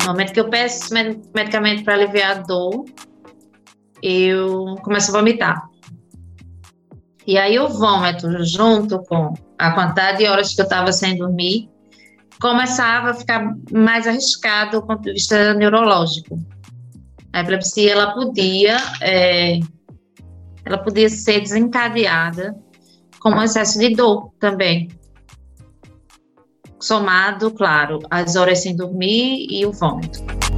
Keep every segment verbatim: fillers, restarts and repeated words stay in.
No momento que eu peço esse medicamento para aliviar a dor, eu começo a vomitar. E aí o vômito, junto com a quantidade de horas que eu estava sem dormir, começava a ficar mais arriscado do ponto de vista neurológico. A epilepsia, ela podia, é, ela podia ser desencadeada com um excesso de dor também. Somado, claro, às horas sem dormir e o vômito.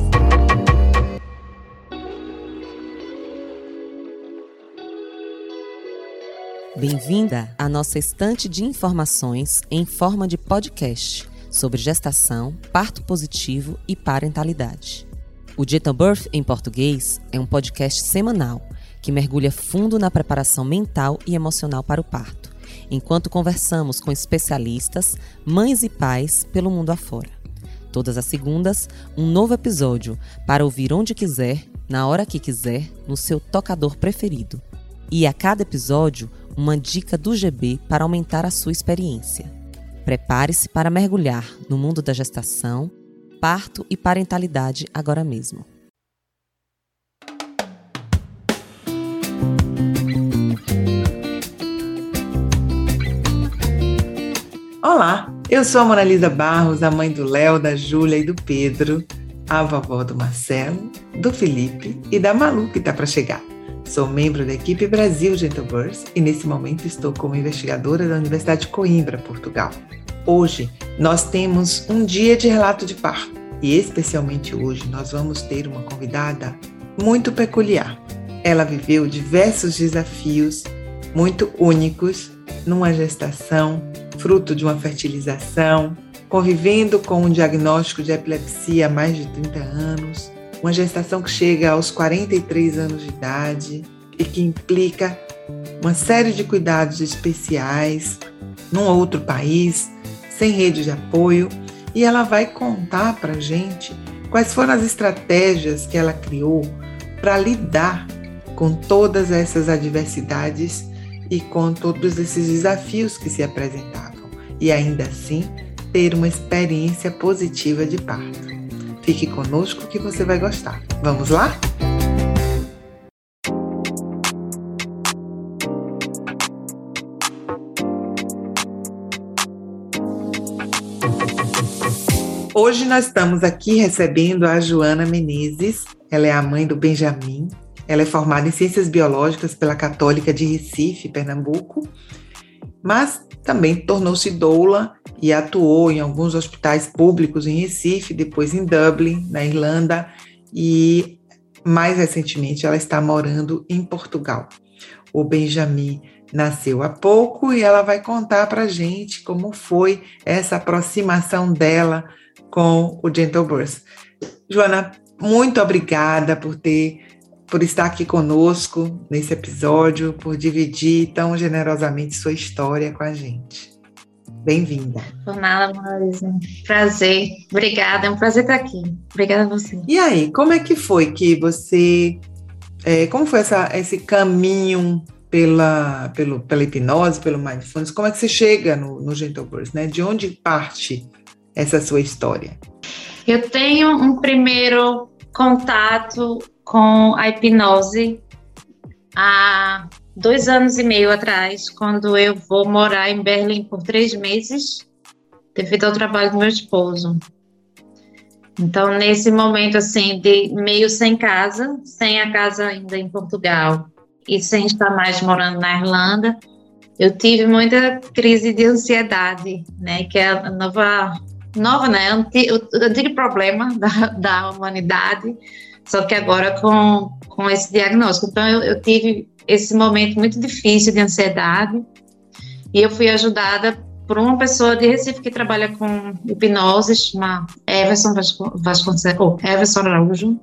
Bem-vinda à nossa estante de informações em forma de podcast sobre gestação, parto positivo e parentalidade. O Gentle Birth em português é um podcast semanal que mergulha fundo na preparação mental e emocional para o parto, enquanto conversamos com especialistas, mães e pais pelo mundo afora. Todas as segundas, um novo episódio para ouvir onde quiser, na hora que quiser, no seu tocador preferido. E a cada episódio, uma dica do G B para aumentar a sua experiência. Prepare-se para mergulhar no mundo da gestação, parto e parentalidade agora mesmo. Olá, eu sou a Mona Lisa Barros, a mãe do Léo, da Júlia e do Pedro, a vovó do Marcelo, do Felipe e da Malu que está para chegar. Sou membro da equipe Brasil Gentle Birth e nesse momento estou como investigadora da Universidade de Coimbra, Portugal. Hoje nós temos um dia de relato de parto e especialmente hoje nós vamos ter uma convidada muito peculiar. Ela viveu diversos desafios muito únicos numa gestação, fruto de uma fertilização, convivendo com um diagnóstico de epilepsia há mais de trinta anos, uma gestação que chega aos quarenta e três anos de idade e que implica uma série de cuidados especiais num outro país, sem rede de apoio, e ela vai contar para a gente quais foram as estratégias que ela criou para lidar com todas essas adversidades e com todos esses desafios que se apresentavam, e ainda assim ter uma experiência positiva de parto. Fique conosco que você vai gostar. Vamos lá? Hoje nós estamos aqui recebendo a Joana Menezes. Ela é a mãe do Benjamin. Ela é formada em Ciências Biológicas pela Católica de Recife, Pernambuco, mas também tornou-se doula e atuou em alguns hospitais públicos em Recife, depois em Dublin, na Irlanda, e mais recentemente ela está morando em Portugal. O Benjamin nasceu há pouco e ela vai contar para a gente como foi essa aproximação dela com o Gentle Birth. Joana, muito obrigada por ter, por estar aqui conosco nesse episódio, por dividir tão generosamente sua história com a gente. Bem-vinda. Por nada, Marisa. Prazer. Obrigada, é um prazer estar aqui. Obrigada a você. E aí, como é que foi que você... É, como foi essa, esse caminho pela, pelo, pela hipnose, pelo mindfulness? Como é que você chega no, no Gentle Birth, né? De onde parte essa sua história? Eu tenho um primeiro contato com a hipnose há dois anos e meio atrás, quando eu vou morar em Berlim por três meses, devido ao trabalho do meu esposo. Então, nesse momento, assim, de meio sem casa, sem a casa ainda em Portugal e sem estar mais morando na Irlanda, eu tive muita crise de ansiedade, né, que é a nova, nova, né, o antigo problema da, da humanidade, só que agora com, com esse diagnóstico. Então, eu, eu tive esse momento muito difícil de ansiedade e eu fui ajudada por uma pessoa de Recife que trabalha com hipnose, chama Everson Vasconcelos, ou Everson Araújo.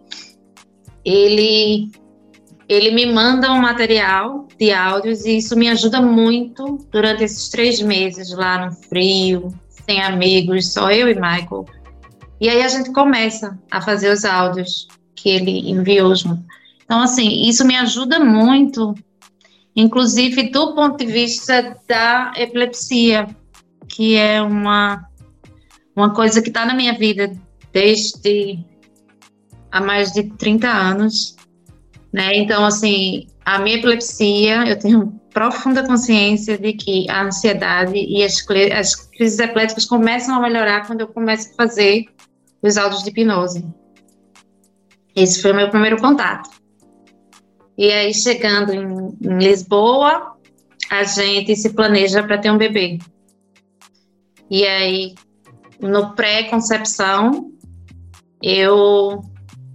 Ele, ele me manda um material de áudios e isso me ajuda muito durante esses três meses lá no frio, sem amigos, só eu e Michael. E aí a gente começa a fazer os áudios que ele enviou junto. Então, assim, isso me ajuda muito, inclusive do ponto de vista da epilepsia, que é uma, uma coisa que está na minha vida desde há mais de trinta anos, né? Então, assim, a minha epilepsia, eu tenho profunda consciência de que a ansiedade e as, as crises epilépticas começam a melhorar quando eu começo a fazer os áudios de hipnose. Esse foi o meu primeiro contato. E aí, chegando em, em Lisboa, a gente se planeja para ter um bebê. E aí, no pré-concepção, eu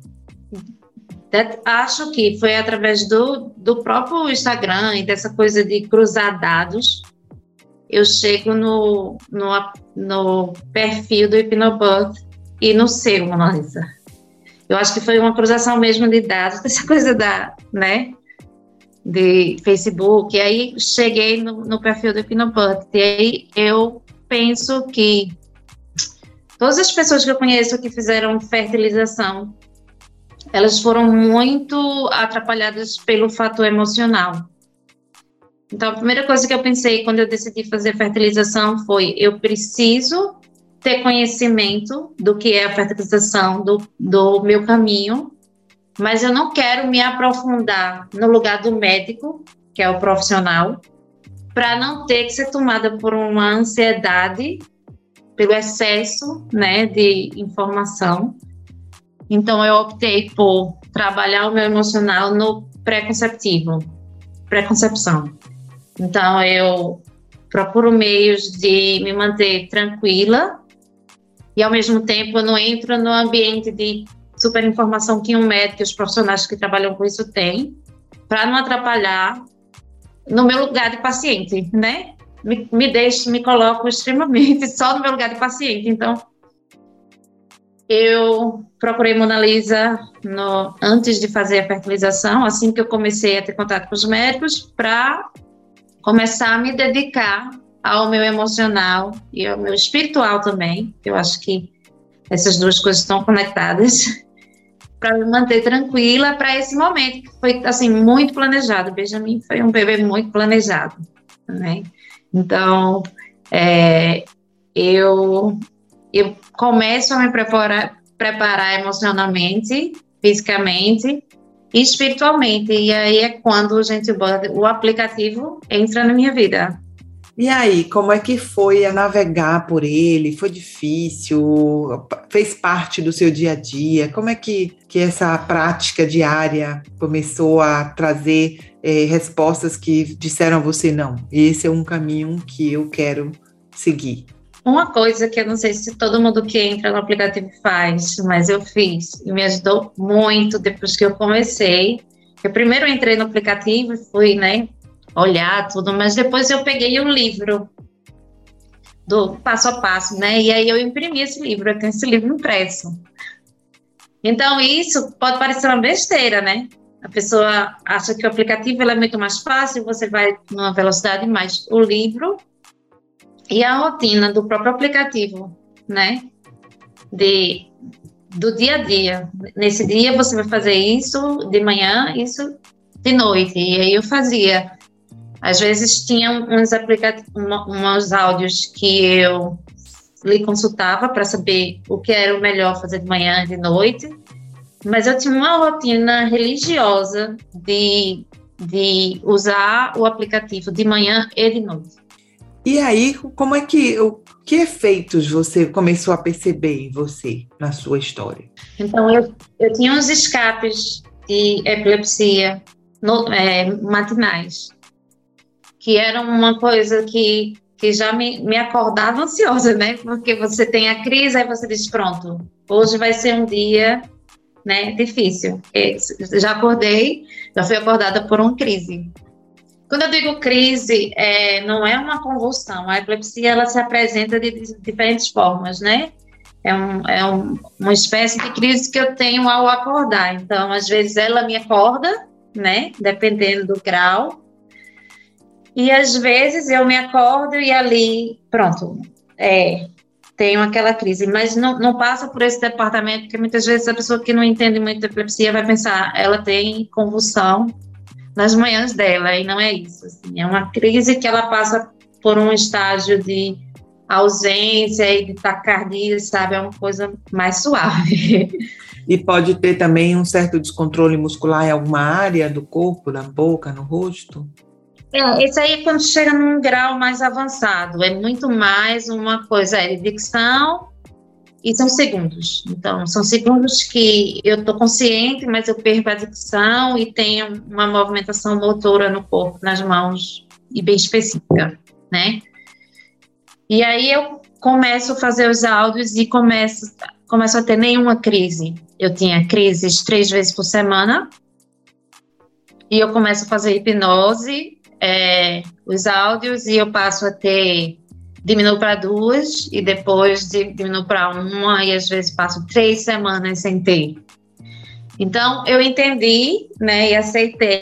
acho que foi através do, do próprio Instagram e dessa coisa de cruzar dados, eu chego no, no, no perfil do Hypnobirth e no seu, Mona Lisa. Eu acho que foi uma cruzação mesmo de dados, dessa coisa da, né, de Facebook, e aí cheguei no, no perfil do Hypnobirth, e aí eu penso que todas as pessoas que eu conheço que fizeram fertilização, elas foram muito atrapalhadas pelo fator emocional. Então, a primeira coisa que eu pensei quando eu decidi fazer fertilização foi: eu preciso ter conhecimento do que é a fertilização, do, do meu caminho, mas eu não quero me aprofundar no lugar do médico, que é o profissional, para não ter que ser tomada por uma ansiedade, pelo excesso, né, de informação. Então, eu optei por trabalhar o meu emocional no pré-conceptivo, pré-concepção. Então, eu procuro meios de me manter tranquila e, ao mesmo tempo, eu não entro no ambiente de superinformação que um médico e os profissionais que trabalham com isso têm, para não atrapalhar no meu lugar de paciente, né? Me, me deixo, me coloco extremamente só no meu lugar de paciente. Então, eu procurei Mona Lisa no, antes de fazer a fertilização, assim que eu comecei a ter contato com os médicos, para começar a me dedicar ao meu emocional e ao meu espiritual também. Eu acho que essas duas coisas estão conectadas, para me manter tranquila para esse momento, que foi, assim, muito planejado. O Benjamin foi um bebê muito planejado, né? Então, é, eu, eu começo a me preparar, preparar emocionalmente, fisicamente e espiritualmente, e aí é quando o Gentilbirth, o aplicativo, entra na minha vida. E aí, como é que foi a navegar por ele? Foi difícil? Fez parte do seu dia a dia? Como é que, que essa prática diária começou a trazer é, respostas que disseram a você: não, esse é um caminho que eu quero seguir? Uma coisa que eu não sei se todo mundo que entra no aplicativo faz, mas eu fiz e me ajudou muito depois que eu comecei. Eu primeiro entrei no aplicativo e fui, né, olhar tudo, mas depois eu peguei o livro do passo a passo, né, e aí eu imprimi esse livro, eu tenho esse livro impresso. Então, isso pode parecer uma besteira, né? A pessoa acha que o aplicativo ele é muito mais fácil, você vai numa velocidade, mas o livro e a rotina do próprio aplicativo, né, de, do dia a dia. Nesse dia você vai fazer isso de manhã, isso de noite, e aí eu fazia. Às vezes tinha uns, aplicativos, uns áudios que eu lhe consultava para saber o que era o melhor fazer de manhã e de noite, mas eu tinha uma rotina religiosa de, de usar o aplicativo de manhã e de noite. E aí, como é que, o, que efeitos você começou a perceber em você, na sua história? Então, eu, eu tinha uns escapes de epilepsia no, é, matinais, que era uma coisa que, que já me, me acordava ansiosa, né? Porque você tem a crise, aí você diz: pronto, hoje vai ser um dia, né, difícil. Eu já acordei, já fui acordada por uma crise. Quando eu digo crise, é, não é uma convulsão. A epilepsia, ela se apresenta de, de diferentes formas, né? É, um, é um, uma espécie de crise que eu tenho ao acordar. Então, às vezes, ela me acorda, né? Dependendo do grau. E às vezes eu me acordo e ali, pronto, é, tenho aquela crise, mas não, não passa por esse departamento, porque muitas vezes a pessoa que não entende muito de epilepsia vai pensar: ela tem convulsão nas manhãs dela, e não é isso, assim, é uma crise que ela passa por um estágio de ausência e de taquicardia, sabe, é uma coisa mais suave. E pode ter também um certo descontrole muscular em alguma área do corpo, na boca, no rosto? É, esse aí é quando chega num grau mais avançado, é muito mais uma coisa, é dicção e são segundos. Então, são segundos que eu estou consciente, mas eu perco a dicção e tenho uma movimentação motora no corpo, nas mãos, e bem específica, né? E aí eu começo a fazer os áudios e começo, começo a ter nenhuma crise. Eu tinha crises três vezes por semana e eu começo a fazer hipnose, É, os áudios, e eu passo a ter, diminuo para duas e depois diminuo para uma, e às vezes passo três semanas sem ter. Então eu entendi, né, e aceitei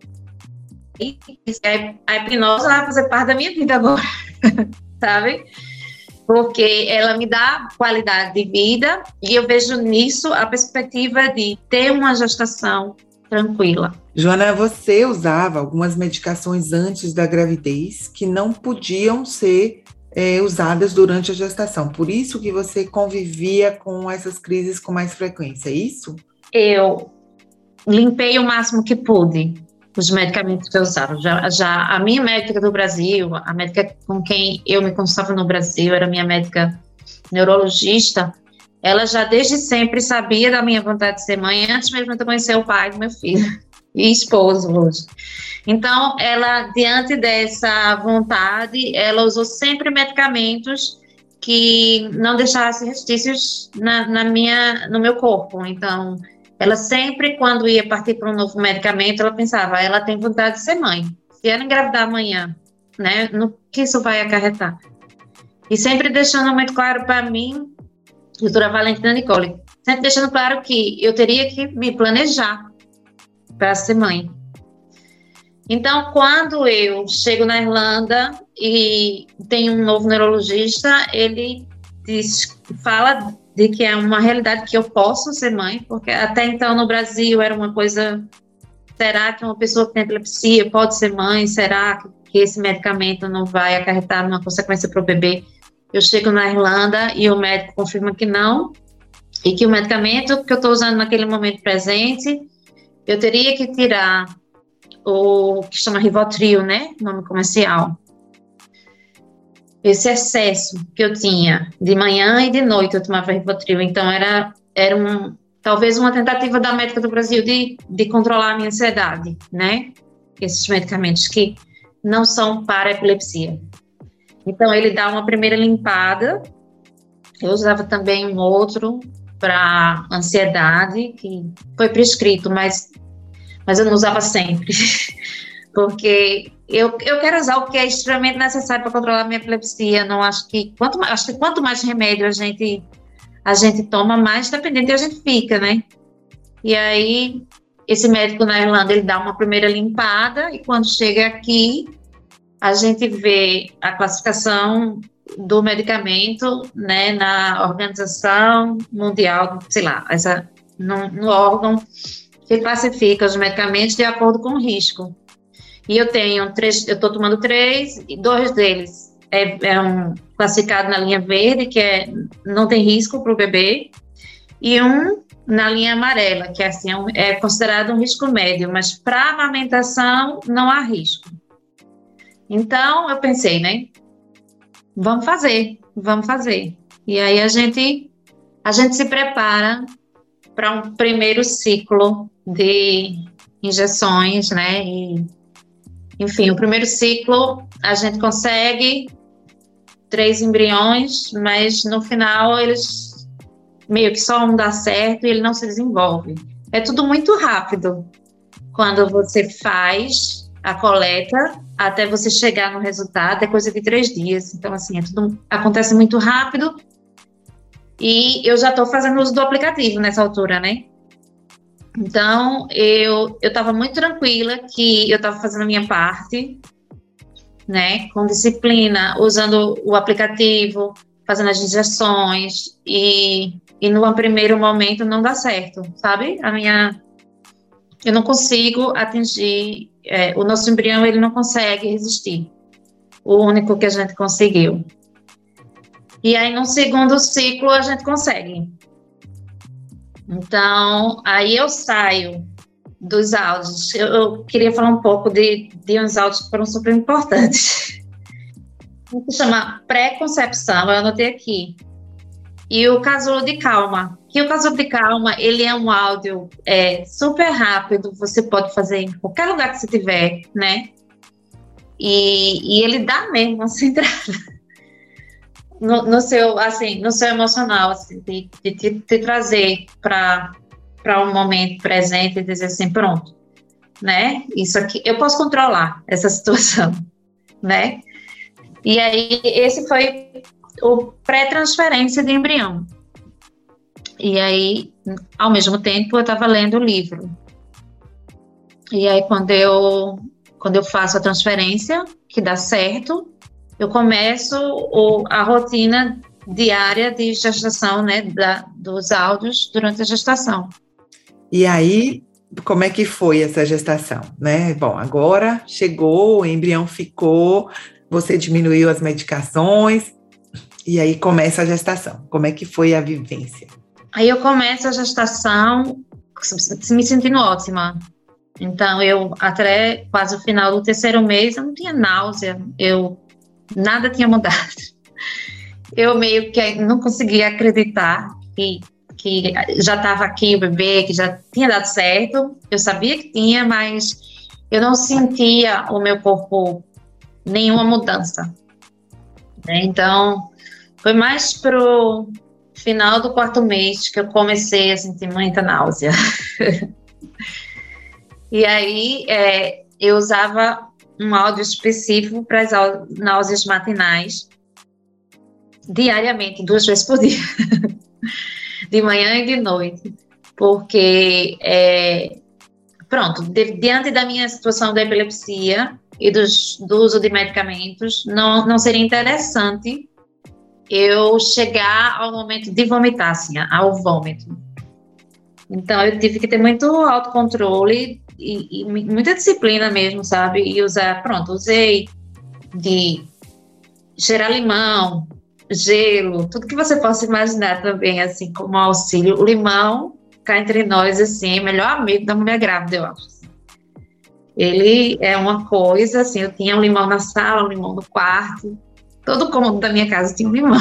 que a hipnose vai fazer parte da minha vida agora, sabe? Porque ela me dá qualidade de vida e eu vejo nisso a perspectiva de ter uma gestação tranquila. Joana, você usava algumas medicações antes da gravidez que não podiam ser é, usadas durante a gestação. Por isso que você convivia com essas crises com mais frequência, é isso? Eu limpei o máximo que pude os medicamentos que eu usava. Já, já a minha médica do Brasil, a médica com quem eu me consultava no Brasil, era minha médica neurologista, ela já desde sempre sabia da minha vontade de ser mãe, antes mesmo de eu conhecer o pai do meu filho e esposo hoje. Então, ela, diante dessa vontade, ela usou sempre medicamentos que não deixassem restícios na, na minha, no meu corpo. Então, ela sempre, quando ia partir para um novo medicamento, ela pensava, ela tem vontade de ser mãe. Se ela engravidar amanhã, né, no que isso vai acarretar? E sempre deixando muito claro para mim, doutora Valentina Nicole, sempre deixando claro que eu teria que me planejar para ser mãe. Então, quando eu chego na Irlanda e tem um novo neurologista, ele diz, fala de que é uma realidade que eu posso ser mãe, porque até então no Brasil era uma coisa, será que uma pessoa que tem epilepsia pode ser mãe? Será que esse medicamento não vai acarretar uma consequência para o bebê? Eu chego na Irlanda e o médico confirma que não, e que o medicamento que eu estou usando naquele momento presente, eu teria que tirar o que chama Rivotril, né, nome comercial. Esse excesso que eu tinha, de manhã e de noite eu tomava Rivotril, então era, era um, talvez uma tentativa da médica do Brasil de, de controlar a minha ansiedade, né, esses medicamentos que não são para epilepsia. Então, ele dá uma primeira limpada. Eu usava também um outro para ansiedade, que foi prescrito, mas, mas eu não usava sempre. Porque eu, eu quero usar o que é extremamente necessário para controlar a minha epilepsia. Não acho que quanto, acho que quanto mais remédio a gente, a gente toma, mais dependente a gente fica, né? E aí, esse médico na Irlanda, ele dá uma primeira limpada, e quando chega aqui, a gente vê a classificação do medicamento, né, na Organização Mundial, sei lá, essa, no, no órgão que classifica os medicamentos de acordo com o risco. E eu tenho três, eu estou tomando três, e dois deles é, é um classificado na linha verde, que é, não tem risco para o bebê, e um na linha amarela, que é, assim, é, um, é considerado um risco médio, mas para amamentação não há risco. Então, eu pensei, né, vamos fazer, vamos fazer. E aí a gente, a gente se prepara para um primeiro ciclo de injeções, né, e, enfim, o primeiro ciclo a gente consegue três embriões, mas no final eles, meio que só um dá certo e ele não se desenvolve. É tudo muito rápido quando você faz a coleta, até você chegar no resultado, é coisa de três dias. Então, assim, é tudo, acontece muito rápido. E eu já estou fazendo uso do aplicativo nessa altura, né? Então, eu estava muito tranquila que eu estava fazendo a minha parte, né? Com disciplina, usando o aplicativo, fazendo as injeções. E, e no primeiro momento não dá certo, sabe? A minha... Eu não consigo atingir... É, o nosso embrião, ele não consegue resistir. O único que a gente conseguiu. E aí, no segundo ciclo, a gente consegue. Então, aí eu saio dos áudios. Eu, eu queria falar um pouco de, de uns áudios que foram super importantes. Se chama Pré-Concepção, eu anotei aqui. E o Casulo de Calma. Que o Casulo de Calma, ele é um áudio é, super rápido, você pode fazer em qualquer lugar que você tiver, né? E, e ele dá mesmo uma centrada no, no seu, assim, no seu emocional, assim, de, de te, te trazer para para um momento presente e dizer assim, pronto, né? Isso aqui, eu posso controlar essa situação, né? E aí, esse foi o pré-transferência de embrião. E aí, ao mesmo tempo, eu estava lendo o livro. E aí, quando eu, quando eu faço a transferência, que dá certo, eu começo o, a rotina diária de gestação, né, da, dos áudios durante a gestação. E aí, como é que foi essa gestação, né? Bom, agora chegou, o embrião ficou, você diminuiu as medicações, e aí começa a gestação. Como é que foi a vivência? Aí eu começo a gestação me sentindo ótima. Então, eu, até quase o final do terceiro mês, eu não tinha náusea, eu, nada tinha mudado. Eu meio que não conseguia acreditar que que já estava aqui o bebê, que já tinha dado certo, eu sabia que tinha, mas eu não sentia o meu corpo nenhuma mudança, né? Então, foi mais pro final do quarto mês que eu comecei a sentir muita náusea. E aí, é, eu usava um áudio específico para as náuseas matinais, diariamente, duas vezes por dia. De manhã e de noite, porque, é, pronto, de, diante da minha situação da epilepsia e dos, do uso de medicamentos, não, não seria interessante eu chegar ao momento de vomitar, assim, ao vômito. Então, eu tive que ter muito autocontrole e, e muita disciplina mesmo, sabe? E usar, pronto, usei de cheirar limão, gelo, tudo que você possa imaginar também, assim, como auxílio. O limão, cá entre nós, assim, é o melhor amigo da mulher grávida, eu acho. Ele é uma coisa, assim, eu tinha um limão na sala, um limão no quarto, todo cômodo da minha casa tinha um limão.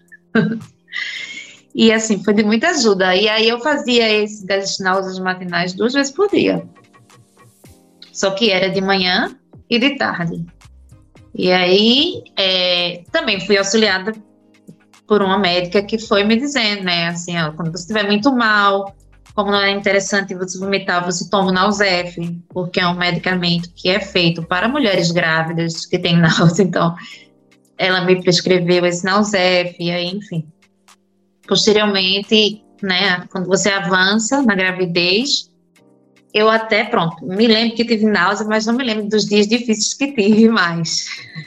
E, assim, foi de muita ajuda. E aí eu fazia esse das náuseas matinais duas vezes por dia. Só que era de manhã e de tarde. E aí, é, também fui auxiliada por uma médica que foi me dizendo, né, assim, ó, quando você estiver muito mal, como não é interessante você vomitar, você toma o Nausef, porque é um medicamento que é feito para mulheres grávidas que têm náusea, então ela me prescreveu esse Nausef, e aí, enfim. Posteriormente, né, quando você avança na gravidez, eu até, pronto, me lembro que tive náusea, mas não me lembro dos dias difíceis que tive mais.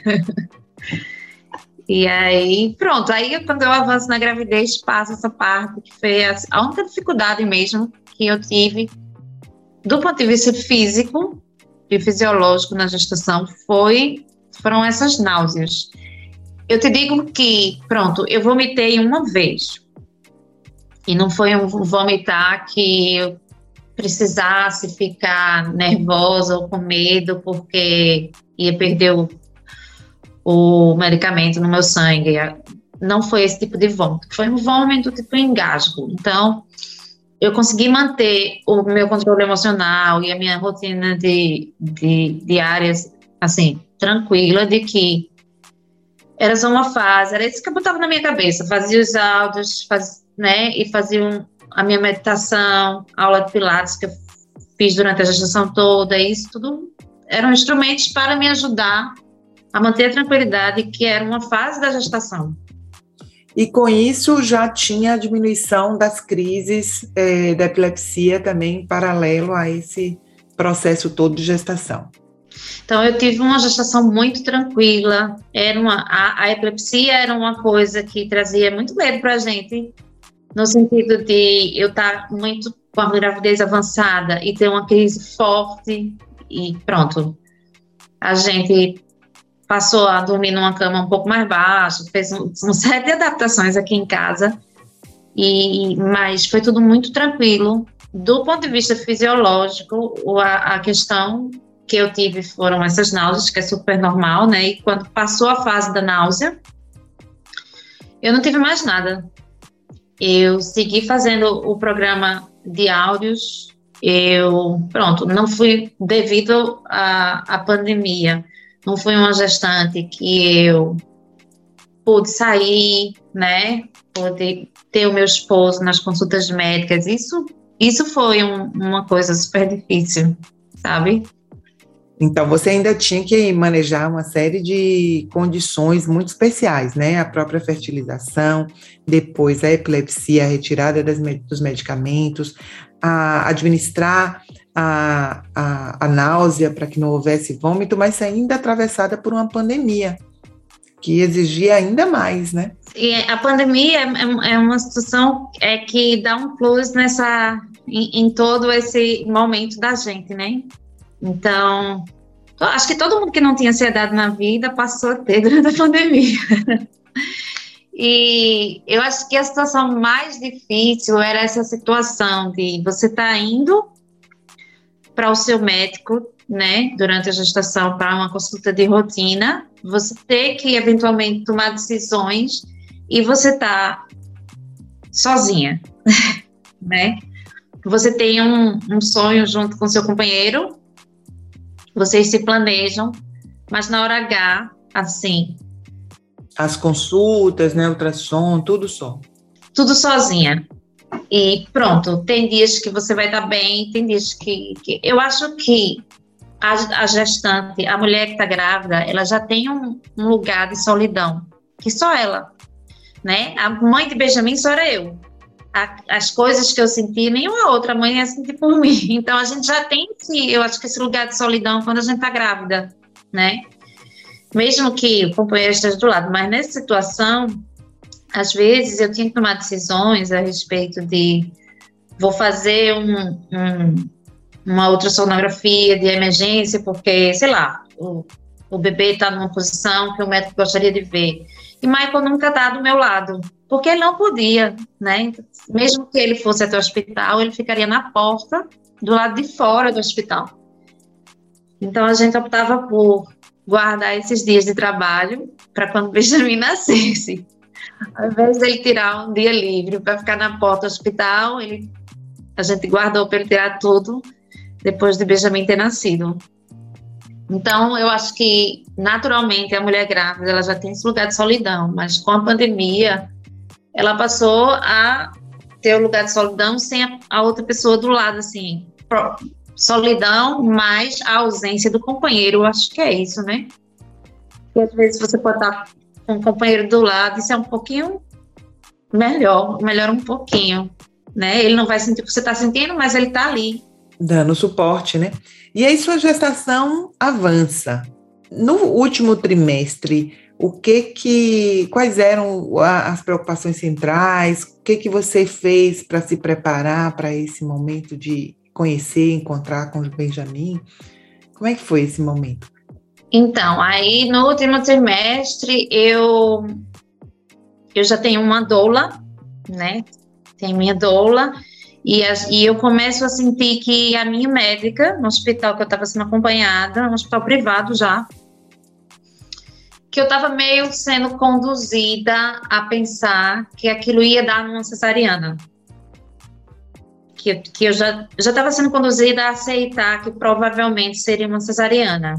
E aí, pronto, aí quando eu avanço na gravidez, passa essa parte que foi a, a única dificuldade mesmo que eu tive do ponto de vista físico e fisiológico na gestação foi, foram essas náuseas. Eu te digo que, pronto, eu vomitei uma vez e não foi um vomitar que eu precisasse ficar nervosa ou com medo porque ia perder o o medicamento no meu sangue. Não foi esse tipo de vômito, foi um vômito tipo engasgo. Então, eu consegui manter o meu controle emocional e a minha rotina de, de diárias, assim, tranquila, de que era só uma fase, era isso que eu botava na minha cabeça, fazia os áudios, faz, né, e fazia um, a minha meditação, aula de pilates que eu fiz durante a gestação toda, isso tudo eram instrumentos para me ajudar a manter a tranquilidade, que era uma fase da gestação. E com isso já tinha a diminuição das crises é, da epilepsia também, paralelo a esse processo todo de gestação. Então, eu tive uma gestação muito tranquila, era uma, a, a epilepsia era uma coisa que trazia muito medo para a gente, no sentido de eu estar muito com a gravidez avançada e ter uma crise forte e pronto, a gente passou a dormir numa cama um pouco mais baixa, fez um, uma série de adaptações aqui em casa e, mas foi tudo muito tranquilo. Do ponto de vista fisiológico, a, a questão que eu tive foram essas náuseas, que é super normal, né? E quando passou a fase da náusea, eu não tive mais nada. Eu segui fazendo o programa de áudios, eu, pronto, não fui devido à, à pandemia, não fui uma gestante que eu pude sair, né? Pude ter o meu esposo nas consultas médicas, isso, isso foi um, uma coisa super difícil, sabe? Então, você ainda tinha que manejar uma série de condições muito especiais, né? A própria fertilização, depois a epilepsia, a retirada das, dos medicamentos, a administrar a, a, a náusea para que não houvesse vômito, mas ainda atravessada por uma pandemia, que exigia ainda mais, né? E a pandemia é, é uma situação é, que dá um plus nessa, em, em todo esse momento da gente, né? Então, acho que todo mundo que não tinha ansiedade na vida passou a ter durante a pandemia. E eu acho que a situação mais difícil era essa situação de você estar tá indo para o seu médico, né, durante a gestação, para uma consulta de rotina, você ter que eventualmente tomar decisões e você tá sozinha, né? Você tem um, um sonho junto com seu companheiro, vocês se planejam, mas na hora H, assim... As consultas, né, ultrassom, tudo só. Tudo sozinha. E pronto, tem dias que você vai estar bem, tem dias que... que... Eu acho que a, a gestante, a mulher que está grávida, ela já tem um, um lugar de solidão, que só ela, né? A mãe de Benjamin só era eu. As coisas que eu senti, nenhuma outra mãe ia sentir por mim. Então, a gente já tem, esse, eu acho que esse lugar de solidão quando a gente está grávida, né? Mesmo que o companheiro esteja do lado. Mas nessa situação, às vezes, eu tinha que tomar decisões a respeito de vou fazer um, um, uma ultrassonografia de emergência porque, sei lá, o, o bebê está numa posição que o médico gostaria de ver. E Michael nunca está do meu lado, porque ele não podia, né? Mesmo que ele fosse até o hospital, ele ficaria na porta, do lado de fora do hospital. Então, a gente optava por guardar esses dias de trabalho para quando o Benjamin nascesse. Ao invés dele tirar um dia livre para ficar na porta do hospital, ele, a gente guardou para ele tirar tudo depois de Benjamin ter nascido. Então, eu acho que, naturalmente, a mulher grávida ela já tem esse lugar de solidão, mas com a pandemia, ela passou a ter o lugar de solidão sem a, a outra pessoa do lado, assim, pro, solidão mais a ausência do companheiro, eu acho que é isso, né? E às vezes você pode estar com o companheiro do lado, isso é um pouquinho melhor, melhor um pouquinho, né? Ele não vai sentir o que você está sentindo, mas ele está ali. Dando suporte, né? E aí sua gestação avança. No último trimestre, o que que, quais eram as preocupações centrais? O que que você fez para se preparar para esse momento de conhecer, encontrar com o Benjamin? Como é que foi esse momento? Então, aí no último trimestre eu eu já tenho uma doula, né? Tenho minha doula. E, as, e eu começo a sentir que a minha médica, no hospital que eu estava sendo acompanhada, um hospital privado já, que eu estava meio sendo conduzida a pensar que aquilo ia dar numa cesariana. Que, que eu já estava sendo conduzida a aceitar que provavelmente seria uma cesariana.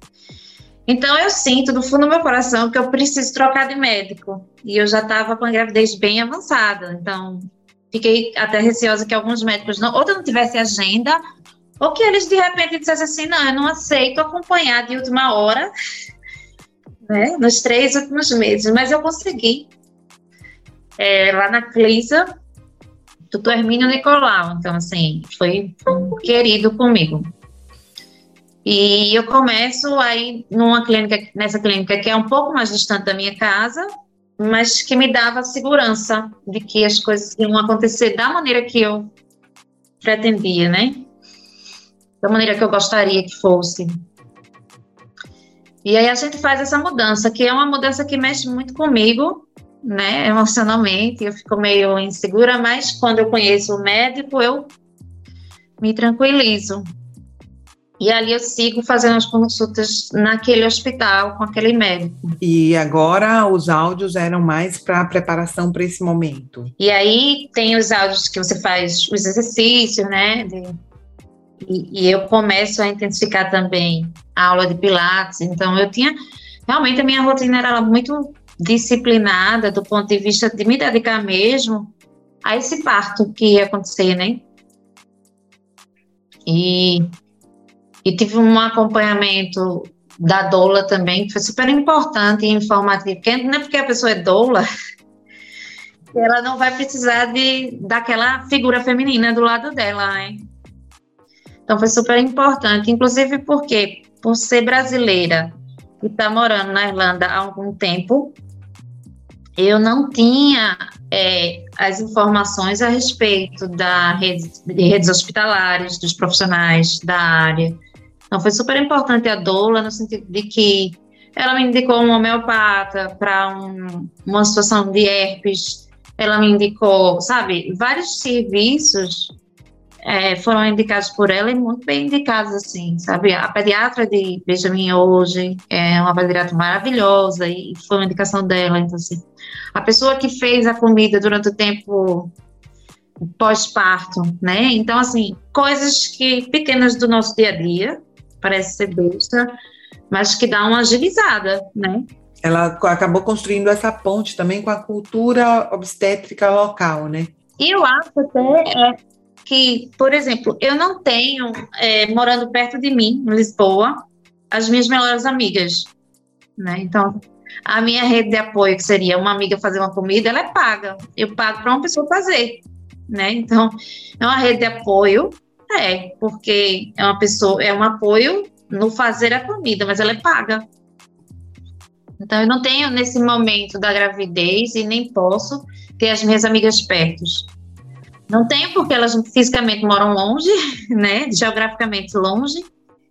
Então eu sinto do fundo do meu coração que eu preciso trocar de médico. E eu já estava com a gravidez bem avançada, então... Fiquei até receosa que alguns médicos não, ou não tivessem agenda, ou que eles de repente dissessem assim, não, eu não aceito acompanhar de última hora, né, nos três últimos meses, mas eu consegui. É, lá na Clisa, doutor Hermínio Nicolau, então assim, foi um querido comigo. E eu começo aí numa clínica, nessa clínica que é um pouco mais distante da minha casa, mas que me dava segurança de que as coisas iam acontecer da maneira que eu pretendia, né? Da maneira que eu gostaria que fosse. E aí a gente faz essa mudança, que é uma mudança que mexe muito comigo, né, emocionalmente, eu fico meio insegura, mas quando eu conheço o médico, eu me tranquilizo. E ali eu sigo fazendo as consultas naquele hospital, com aquele médico. E agora os áudios eram mais para preparação para esse momento? E aí tem os áudios que você faz, os exercícios, né, de, e, e eu começo a intensificar também a aula de Pilates. Então eu tinha, realmente a minha rotina era muito disciplinada do ponto de vista de me dedicar mesmo a esse parto que ia acontecer, né? E, e tive um acompanhamento da doula também, que foi super importante e informativo, porque não é porque a pessoa é doula que ela não vai precisar de, daquela figura feminina do lado dela, né? Então foi super importante, inclusive porque, por ser brasileira e estar tá morando na Irlanda há algum tempo, eu não tinha é, as informações a respeito da rede, de redes hospitalares, dos profissionais da área. Então, foi super importante a doula, no sentido de que ela me indicou um homeopata para um, uma situação de herpes, ela me indicou, sabe, vários serviços é, foram indicados por ela e muito bem indicados, assim, sabe? A pediatra de Benjamin hoje é uma pediatra maravilhosa e foi uma indicação dela, então, assim, a pessoa que fez a comida durante o tempo pós-parto, né? Então, assim, coisas que pequenas do nosso dia a dia, parece ser besta, mas que dá uma agilizada, né? Ela acabou construindo essa ponte também com a cultura obstétrica local, né? E eu acho até é, que, por exemplo, eu não tenho, é, morando perto de mim, em Lisboa, as minhas melhores amigas, né? Então, a minha rede de apoio, que seria uma amiga fazer uma comida, ela é paga. Eu pago para uma pessoa fazer, né? Então, é uma rede de apoio, é, porque é uma pessoa, é um apoio no fazer a comida, mas ela é paga. Então, eu não tenho, nesse momento da gravidez, e nem posso ter as minhas amigas perto. Não tenho, porque elas fisicamente moram longe, né, geograficamente longe,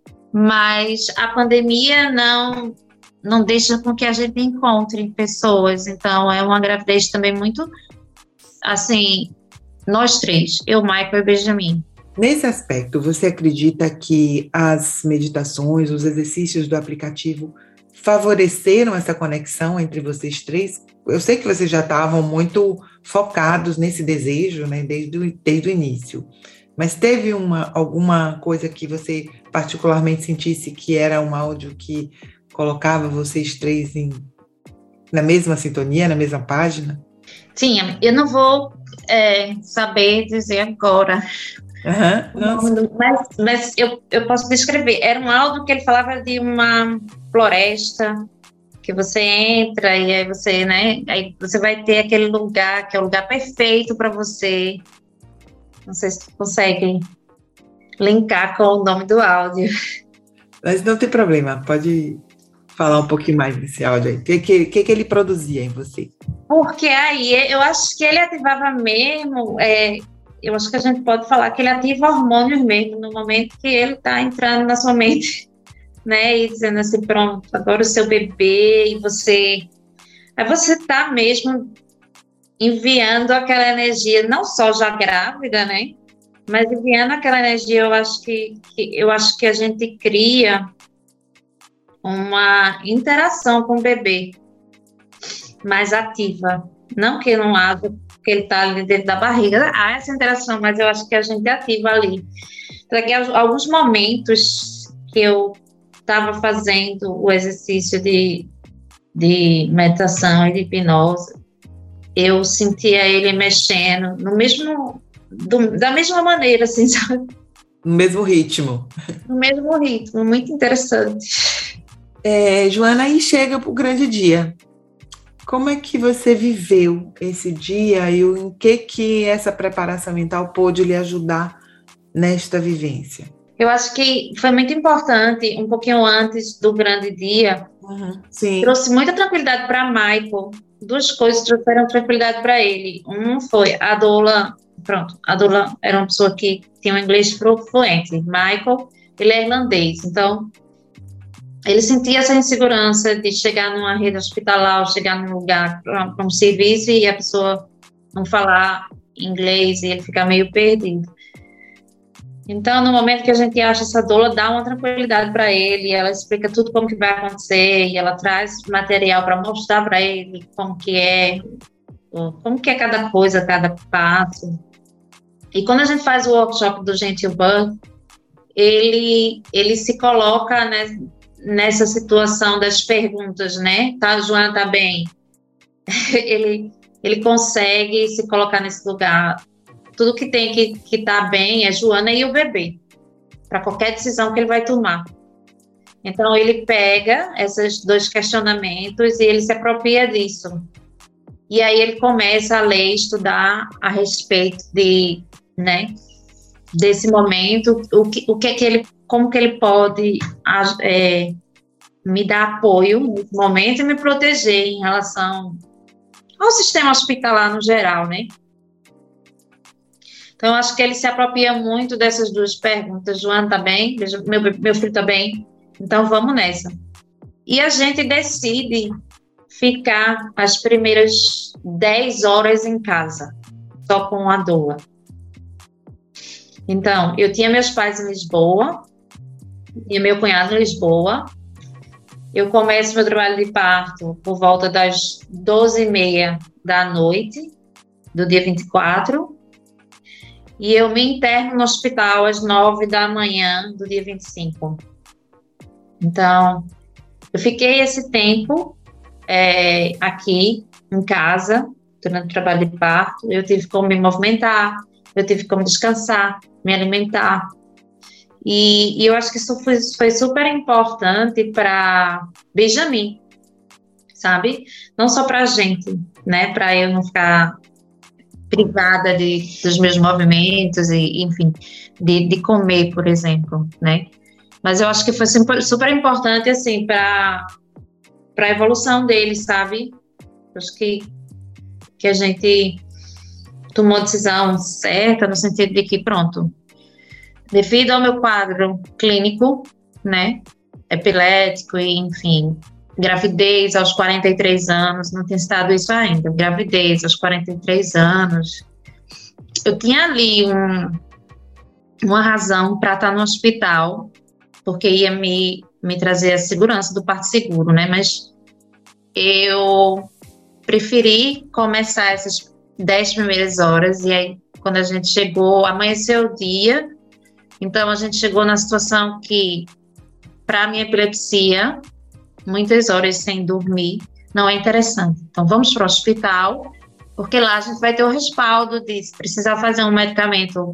mas a pandemia não, não deixa com que a gente encontre pessoas. Então, é uma gravidez também muito, assim, nós três, eu, Michael e Benjamin. Nesse aspecto, você acredita que as meditações, os exercícios do aplicativo favoreceram essa conexão entre vocês três? Eu sei que vocês já estavam muito focados nesse desejo, né, desde o, desde o início, mas teve uma, alguma coisa que você particularmente sentisse que era um áudio que colocava vocês três em, na mesma sintonia, na mesma página? Tinha, eu não vou é, saber dizer agora, uhum, mas, mas eu, eu posso descrever. Era um áudio que ele falava de uma floresta, que você entra e aí você, né, aí você vai ter aquele lugar que é o lugar perfeito para você. Não sei se conseguem linkar com o nome do áudio. Mas não tem problema, pode falar um pouquinho mais desse áudio aí. O que, que, que, que ele produzia em você? Porque aí eu acho que ele ativava mesmo, é, eu acho que a gente pode falar que ele ativa hormônios mesmo no momento que ele está entrando na sua mente, né, e dizendo assim, pronto, agora o seu bebê, e você, aí você está mesmo enviando aquela energia, não só já grávida, né, mas enviando aquela energia. Eu acho que, que, eu acho que a gente cria uma interação com o bebê mais ativa, não que não haja, porque ele está ali dentro da barriga, há essa interação, mas eu acho que a gente ativa ali. Traguei alguns momentos que eu estava fazendo o exercício de, de meditação e de hipnose, eu sentia ele mexendo no mesmo, do, da mesma maneira, assim, sabe? No mesmo ritmo. No mesmo ritmo, muito interessante. É, Joana, aí chega para o grande dia. Como é que você viveu esse dia e o, em que, que essa preparação mental pôde lhe ajudar nesta vivência? Eu acho que foi muito importante, um pouquinho antes do grande dia, uhum, sim. Trouxe muita tranquilidade para Michael. Duas coisas trouxeram tranquilidade para ele. Um foi a doula, pronto, a doula era uma pessoa que tinha um inglês fluente. Michael, ele é irlandês, então ele sentia essa insegurança de chegar numa rede hospitalar, ou chegar num lugar para um serviço e a pessoa não falar inglês e ele ficar meio perdido. Então, no momento que a gente acha essa doula, dá uma tranquilidade para ele, ela explica tudo como que vai acontecer, e ela traz material para mostrar para ele como que é, como que é cada coisa, cada passo. E quando a gente faz o workshop do Gentle Birth, ele, ele se coloca, né, nessa situação das perguntas, né? Tá, Joana, tá bem? ele, ele consegue se colocar nesse lugar. Tudo que tem que que tá bem é Joana e o bebê, para qualquer decisão que ele vai tomar. Então, ele pega esses dois questionamentos e ele se apropria disso. E aí ele começa a ler, estudar a respeito de, né, desse momento, o que, o que é que ele, como que ele pode é, me dar apoio nesse momento e me proteger em relação ao sistema hospitalar no geral, né? Então, eu acho que ele se apropria muito dessas duas perguntas. Joana, tá bem? Meu, meu filho tá bem? Então, vamos nessa. E a gente decide ficar as primeiras dez horas em casa, só com a doula. Então, eu tinha meus pais em Lisboa, tinha meu cunhado em Lisboa. Eu começo meu trabalho de parto por volta das doze e meia da noite, do dia vinte e quatro, e eu me interno no hospital às nove da manhã do dia vinte e cinco. Então, eu fiquei esse tempo é, aqui em casa, durante o trabalho de parto. Eu tive como me movimentar, eu tive como descansar, me alimentar. E, e eu acho que isso foi, foi super importante para Benjamin, sabe? Não só para a gente, né? Para eu não ficar privada de, dos meus movimentos e, enfim, de, de comer, por exemplo, né? Mas eu acho que foi super, super importante, assim, para a evolução dele, sabe? Acho que, que a gente tomou a decisão certa, no sentido de que, pronto, devido ao meu quadro clínico, né, epilético e, enfim, gravidez aos quarenta e três anos, não tinha estado isso ainda, gravidez aos quarenta e três anos, eu tinha ali um, uma razão para estar no hospital, porque ia me, me trazer a segurança do parto seguro, né, mas eu preferi começar essas dez primeiras horas, e aí, quando a gente chegou, amanheceu o dia. Então, a gente chegou na situação que, para a minha epilepsia, muitas horas sem dormir, não é interessante. Então, vamos para o hospital, porque lá a gente vai ter o respaldo de se precisar fazer um medicamento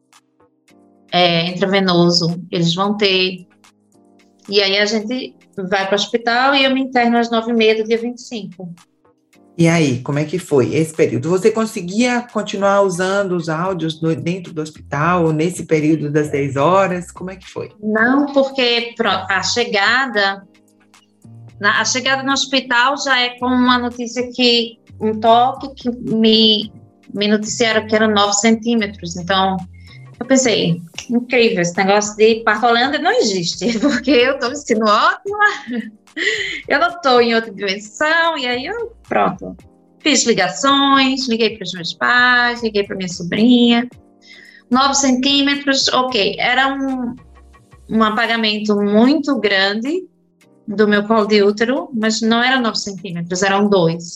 é, intravenoso, eles vão ter. E aí, a gente vai para o hospital e eu me interno às nove e meia do dia vinte e cinco. E aí, como é que foi esse período? Você conseguia continuar usando os áudios no, dentro do hospital, nesse período das dez horas? Como é que foi? Não, porque a chegada, a chegada no hospital já é com uma notícia que, um toque que me, me noticiaram que eram nove centímetros. Então, eu pensei, incrível, esse negócio de parto Holanda não existe, porque eu estou me sentindo ótima. Eu não estou em outra dimensão, e aí eu, pronto, fiz ligações, liguei para os meus pais, liguei para minha sobrinha, nove centímetros, ok, era um, um apagamento muito grande do meu colo de útero, mas não eram nove centímetros, eram dois.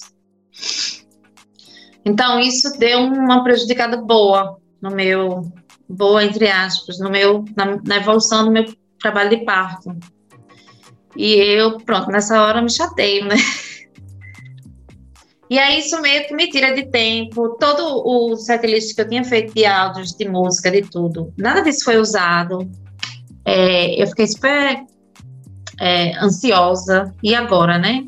Então, isso deu uma prejudicada boa no meu, boa entre aspas, no meu, na, na evolução do meu trabalho de parto. E eu, pronto, nessa hora eu me chateio, né? E aí isso meio que me tira de tempo. Todo o setlist que eu tinha feito de áudios, de música, de tudo, nada disso foi usado. É, eu fiquei super é, ansiosa. E agora, né?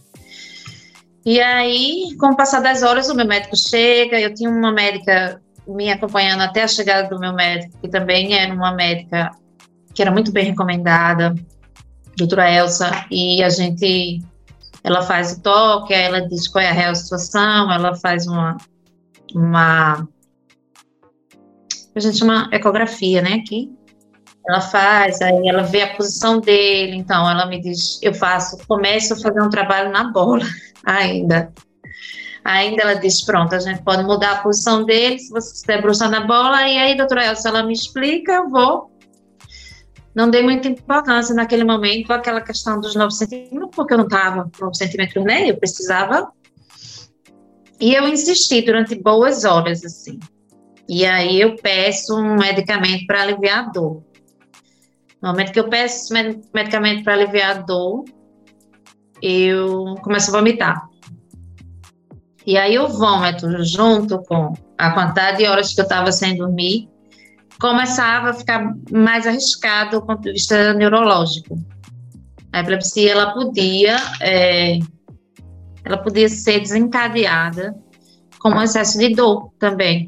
E aí, com o passar das horas, o meu médico chega. Eu tinha uma médica me acompanhando até a chegada do meu médico, que também era uma médica que era muito bem recomendada, doutora Elsa, e a gente, ela faz o toque, ela diz qual é a real situação, ela faz uma, uma a gente chama ecografia, né, aqui, Ela faz, aí ela vê a posição dele, então ela me diz, eu faço, começo a fazer um trabalho na bola ainda. Ainda ela diz, pronto, a gente pode mudar a posição dele, se você quiser debruçar na bola, e aí, doutora Elsa, ela me explica, eu vou. Não dei muita importância naquele momento, aquela questão dos nove centímetros, porque eu não estava com nove centímetros, né, eu precisava. E eu insisti durante boas horas, assim. E aí eu peço um medicamento para aliviar a dor. No momento que eu peço medicamento para aliviar a dor, eu começo a vomitar. E aí o vômito, junto com a quantidade de horas que eu estava sem dormir, começava a ficar mais arriscado do ponto de vista neurológico. A epilepsia, ela podia, é, ela podia ser desencadeada com um excesso de dor também.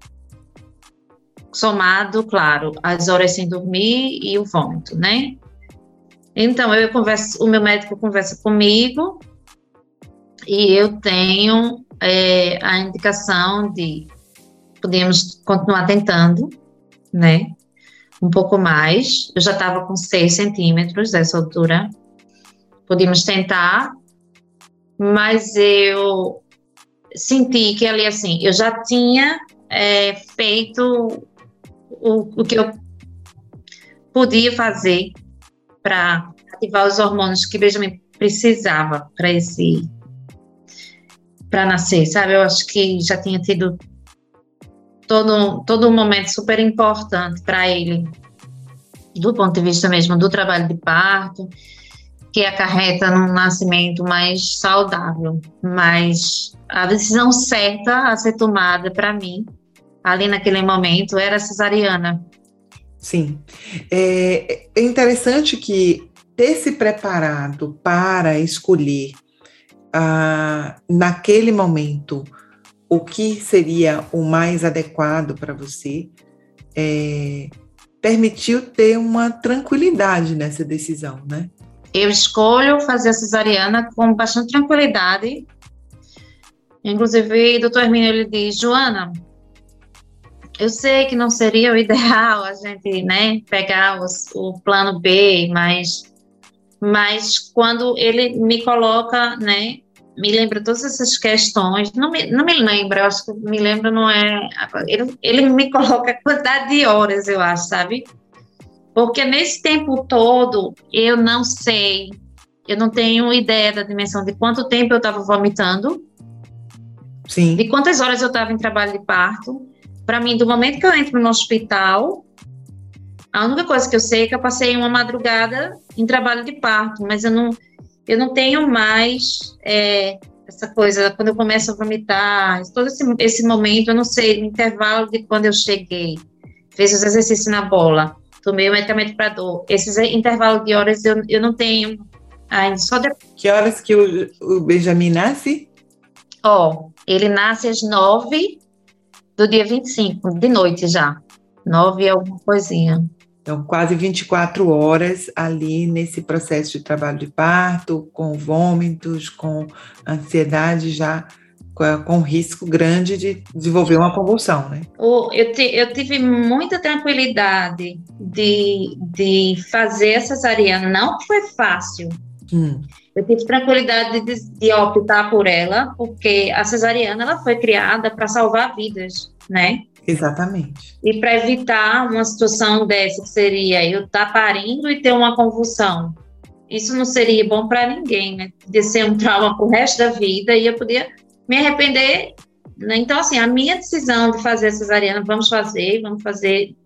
Somado, claro, as horas sem dormir e o vômito, né? Então, eu converso, o meu médico conversa comigo e eu tenho é, a indicação de podemos continuar tentando, né? Um pouco mais. Eu já estava com seis centímetros dessa altura. Podíamos tentar, mas eu senti que ali, assim, eu já tinha é, feito o, o que eu podia fazer para ativar os hormônios que Benjamin precisava para esse para nascer, sabe? Eu acho que já tinha tido todo, todo um momento super importante para ele, do ponto de vista mesmo do trabalho de parto, que acarreta num nascimento mais saudável. Mas a decisão certa a ser tomada para mim, ali naquele momento, era a cesariana. Sim. É, é interessante que ter se preparado para escolher ah, naquele momento o que seria o mais adequado para você é, permitiu ter uma tranquilidade nessa decisão, né? Eu escolho fazer a cesariana com bastante tranquilidade. Inclusive, o doutor Hermínio, ele diz, Joana, eu sei que não seria o ideal a gente, né, pegar os, o plano B, mas, mas quando ele me coloca, né, me lembra todas essas questões, não me, não me lembra, eu acho que me lembra não é, ele, ele me coloca a quantidade de horas, eu acho, sabe? Porque nesse tempo todo, eu não sei, eu não tenho ideia da dimensão de quanto tempo eu estava vomitando, Sim. de quantas horas eu estava em trabalho de parto. Para mim, do momento que eu entro no hospital, a única coisa que eu sei é que eu passei uma madrugada em trabalho de parto, mas eu não, eu não tenho mais é, essa coisa, quando eu começo a vomitar, todo esse, esse momento, eu não sei, no intervalo de quando eu cheguei, fiz os exercícios na bola, tomei o medicamento para dor, esses intervalos de horas eu, eu não tenho ainda, só de... Que horas que o, o Benjamin nasce? Ó, oh, ele nasce às nove do dia vinte e cinco, de noite já, nove é alguma coisinha. Então, quase vinte e quatro horas ali nesse processo de trabalho de parto, com vômitos, com ansiedade já, com risco grande de desenvolver uma convulsão, né? Eu, te, eu tive muita tranquilidade de, de fazer a cesariana, não foi fácil. Hum. Eu tive tranquilidade de, de optar por ela, porque a cesariana ela foi criada para salvar vidas, né? Exatamente. E para evitar uma situação dessa, que seria eu estar parindo e ter uma convulsão. Isso não seria bom para ninguém, né? De ser um trauma para o resto da vida e eu podia me arrepender, né? Então, assim, a minha decisão de fazer a cesariana, vamos fazer, vamos fazer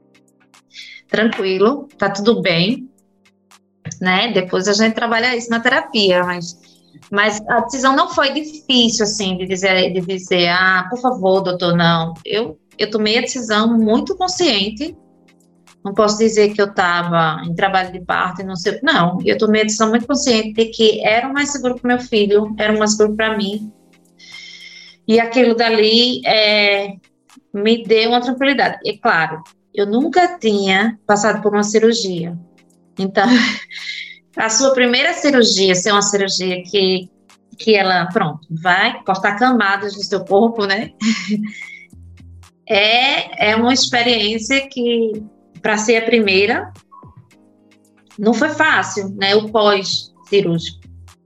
tranquilo, tá tudo bem, né? Depois a gente trabalha isso na terapia, mas, mas a decisão não foi difícil, assim, de dizer, de dizer, ah, por favor, doutor, não. Eu, eu tomei a decisão muito consciente, não posso dizer que eu estava em trabalho de parto e não sei, não, eu tomei a decisão muito consciente de que era o mais seguro para o meu filho, era o mais seguro para mim, e aquilo dali é, me deu uma tranquilidade. E claro, eu nunca tinha passado por uma cirurgia. Então, a sua primeira cirurgia, ser uma cirurgia que, que ela, pronto, vai cortar camadas do seu corpo, né? É, é uma experiência que, para ser a primeira, não foi fácil, né? O pós-cirúrgico.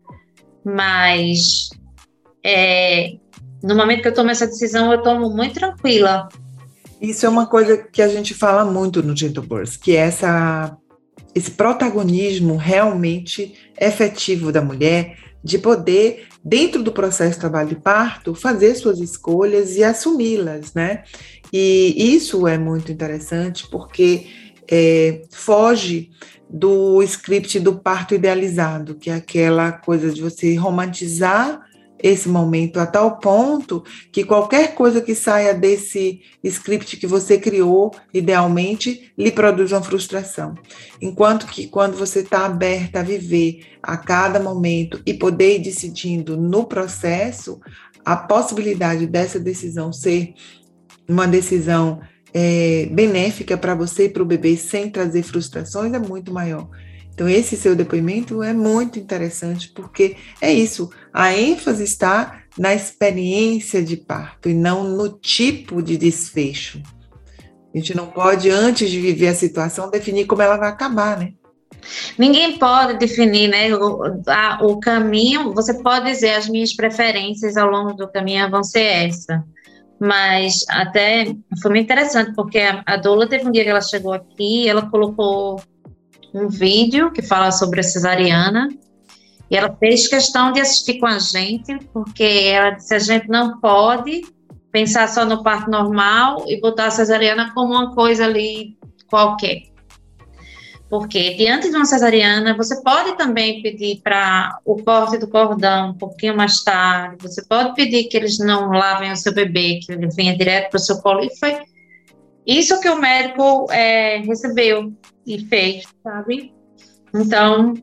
Mas é, no momento que eu tomo essa decisão, eu tomo muito tranquila. Isso é uma coisa que a gente fala muito no Gentle Birth, que é essa, esse protagonismo realmente efetivo da mulher de poder, dentro do processo de trabalho de parto, fazer suas escolhas e assumi-las, né? E isso é muito interessante porque é, foge do script do parto idealizado, que é aquela coisa de você romantizar esse momento a tal ponto que qualquer coisa que saia desse script que você criou, idealmente, lhe produz uma frustração. Enquanto que quando você está aberta a viver a cada momento e poder ir decidindo no processo, a possibilidade dessa decisão ser uma decisão é, benéfica para você e para o bebê sem trazer frustrações é muito maior. Então, esse seu depoimento é muito interessante, porque é isso, a ênfase está na experiência de parto e não no tipo de desfecho. A gente não pode, antes de viver a situação, definir como ela vai acabar, né? Ninguém pode definir, né, o, a, o caminho. Você pode dizer, as minhas preferências ao longo do caminho vão ser essa. Mas até foi muito interessante, porque a, a doula teve um dia que ela chegou aqui, ela colocou um vídeo que fala sobre a cesariana, e ela fez questão de assistir com a gente, porque ela disse, a gente não pode pensar só no parto normal e botar a cesariana como uma coisa ali qualquer. Porque diante de uma cesariana, você pode também pedir para o corte do cordão um pouquinho mais tarde, você pode pedir que eles não lavem o seu bebê, que ele venha direto para o seu colo, e foi isso que o médico é, recebeu e fez, sabe? Então,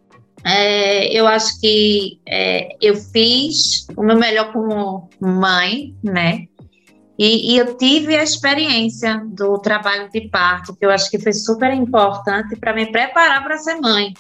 é, eu acho que é, eu fiz o meu melhor como mãe, né? E, e eu tive a experiência do trabalho de parto, que eu acho que foi super importante para me preparar para ser mãe,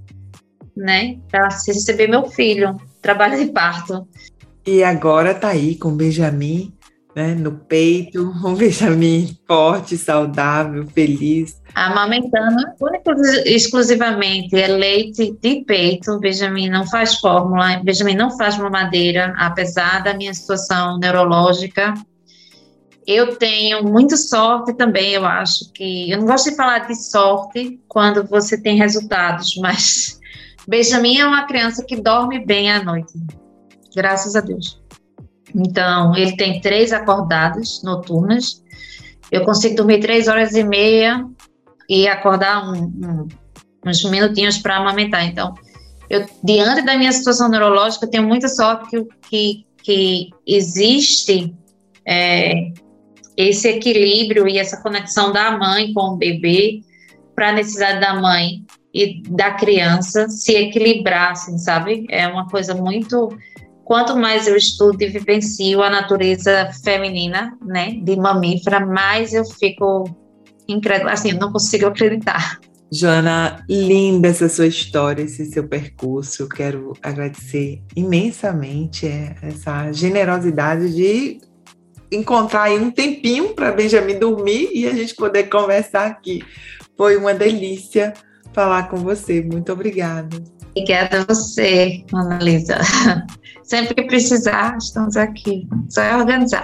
né? Para receber meu filho, trabalho de parto. E agora tá aí com o Benjamin, né, no peito, um Benjamin forte, saudável, feliz. Amamentando, única e exclusivamente é leite de peito. O Benjamin não faz fórmula, o Benjamin não faz mamadeira, apesar da minha situação neurológica. Eu tenho muita sorte também, eu acho que... Eu não gosto de falar de sorte quando você tem resultados, mas Benjamin é uma criança que dorme bem à noite, graças a Deus. Então, ele tem três acordadas noturnas. Eu consigo dormir três horas e meia e acordar um, um, uns minutinhos para amamentar. Então, eu, diante da minha situação neurológica, eu tenho muita sorte que, que, que existe é, esse equilíbrio e essa conexão da mãe com o bebê para a necessidade da mãe e da criança se equilibrassem, sabe? É uma coisa muito... Quanto mais eu estudo e vivencio a natureza feminina, né, de mamífera, mais eu fico incrédula, assim, não consigo acreditar. Joana, linda essa sua história, esse seu percurso. Eu quero agradecer imensamente essa generosidade de encontrar aí um tempinho para Benjamin dormir e a gente poder conversar aqui. Foi uma delícia falar com você. Muito obrigada. Obrigada a você, Monalisa. Sempre que precisar, estamos aqui. Só é organizar.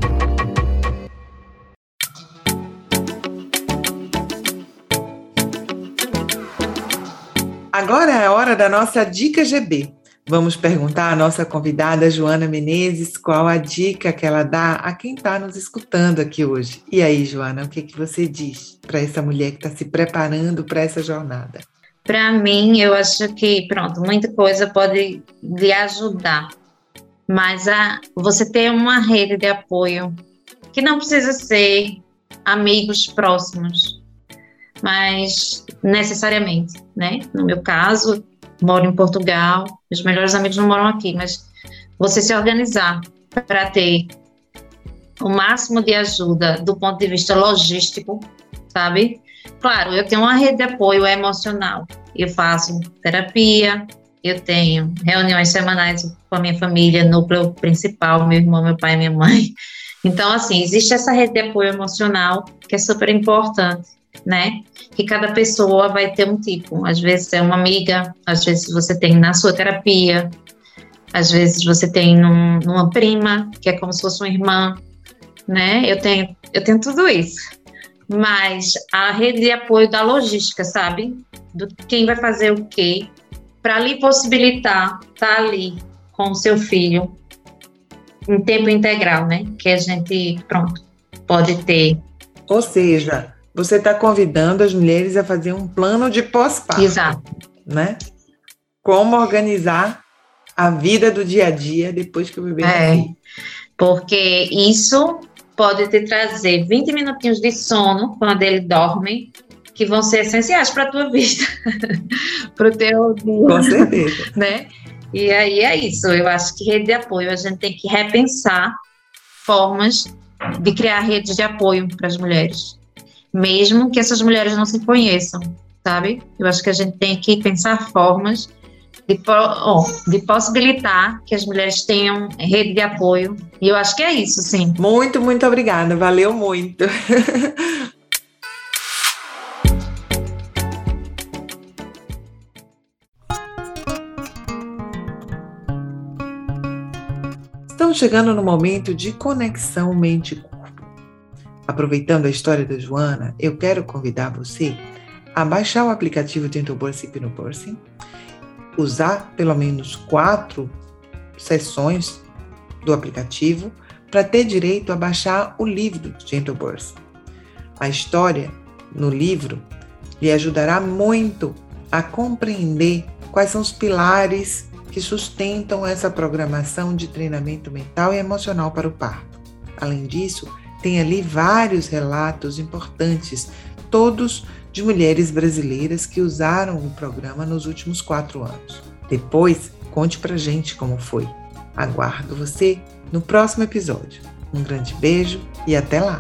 Agora é a hora da nossa Dica G B. Vamos perguntar à nossa convidada Joana Menezes qual a dica que ela dá a quem está nos escutando aqui hoje. E aí, Joana, o que, que você diz para essa mulher que está se preparando para essa jornada? Para mim, eu acho que, pronto, muita coisa pode lhe ajudar, mas a, você ter uma rede de apoio, que não precisa ser amigos próximos, mas necessariamente, né? No meu caso, moro em Portugal, os melhores amigos não moram aqui, mas você se organizar para ter o máximo de ajuda do ponto de vista logístico, sabe? Claro, eu tenho uma rede de apoio emocional. Eu faço terapia, eu tenho reuniões semanais com a minha família, núcleo principal, meu irmão, meu pai e minha mãe. Então, assim, existe essa rede de apoio emocional que é super importante. né? Que cada pessoa vai ter um tipo. Às vezes é uma amiga, às vezes você tem na sua terapia, às vezes você tem num, numa prima, que é como se fosse uma irmã, né? Eu tenho, eu tenho tudo isso. Mas a rede de apoio da logística, sabe? Do quem vai fazer o quê, para lhe possibilitar estar ali com o seu filho em tempo integral, né? Que a gente, pronto, pode ter. Ou seja, você está convidando as mulheres a fazer um plano de pós-parto. Exato. Né? Como organizar a vida do dia a dia depois que o bebê é, nascer. Porque isso pode te trazer vinte minutinhos de sono quando ele dorme, que vão ser essenciais para a tua vida, para o teu dia. Com certeza. Né? E aí é isso, eu acho que rede de apoio, a gente tem que repensar formas de criar redes de apoio para as mulheres, mesmo que essas mulheres não se conheçam, sabe? Eu acho que a gente tem que pensar formas de, oh, de possibilitar que as mulheres tenham rede de apoio, e eu acho que é isso, sim. Muito, muito obrigada, valeu muito. Estamos chegando no momento de conexão mente-corpo. Aproveitando a história da Joana, eu quero convidar você a baixar o aplicativo Gentle Birth Hypnobirthing, usar pelo menos quatro sessões do aplicativo para ter direito a baixar o livro Gentle Birth. A história no livro lhe ajudará muito a compreender quais são os pilares que sustentam essa programação de treinamento mental e emocional para o parto. Além disso, tem ali vários relatos importantes, todos de mulheres brasileiras que usaram o programa nos últimos quatro anos. Depois, conte pra gente como foi. Aguardo você no próximo episódio. Um grande beijo e até lá!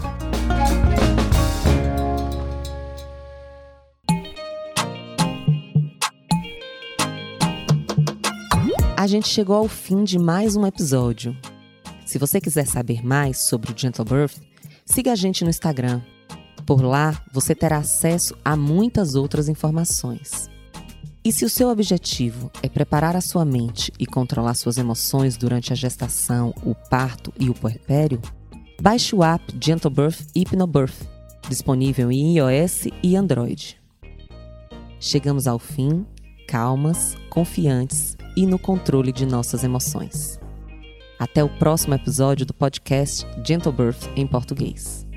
A gente chegou ao fim de mais um episódio. Se você quiser saber mais sobre o Gentle Birth, siga a gente no Instagram. Por lá, você terá acesso a muitas outras informações. E se o seu objetivo é preparar a sua mente e controlar suas emoções durante a gestação, o parto e o puerpério, baixe o app Gentle Birth Hypnobirth, disponível em iOS e Android. Chegamos ao fim, calmas, confiantes e no controle de nossas emoções. Até o próximo episódio do podcast Gentle Birth em português.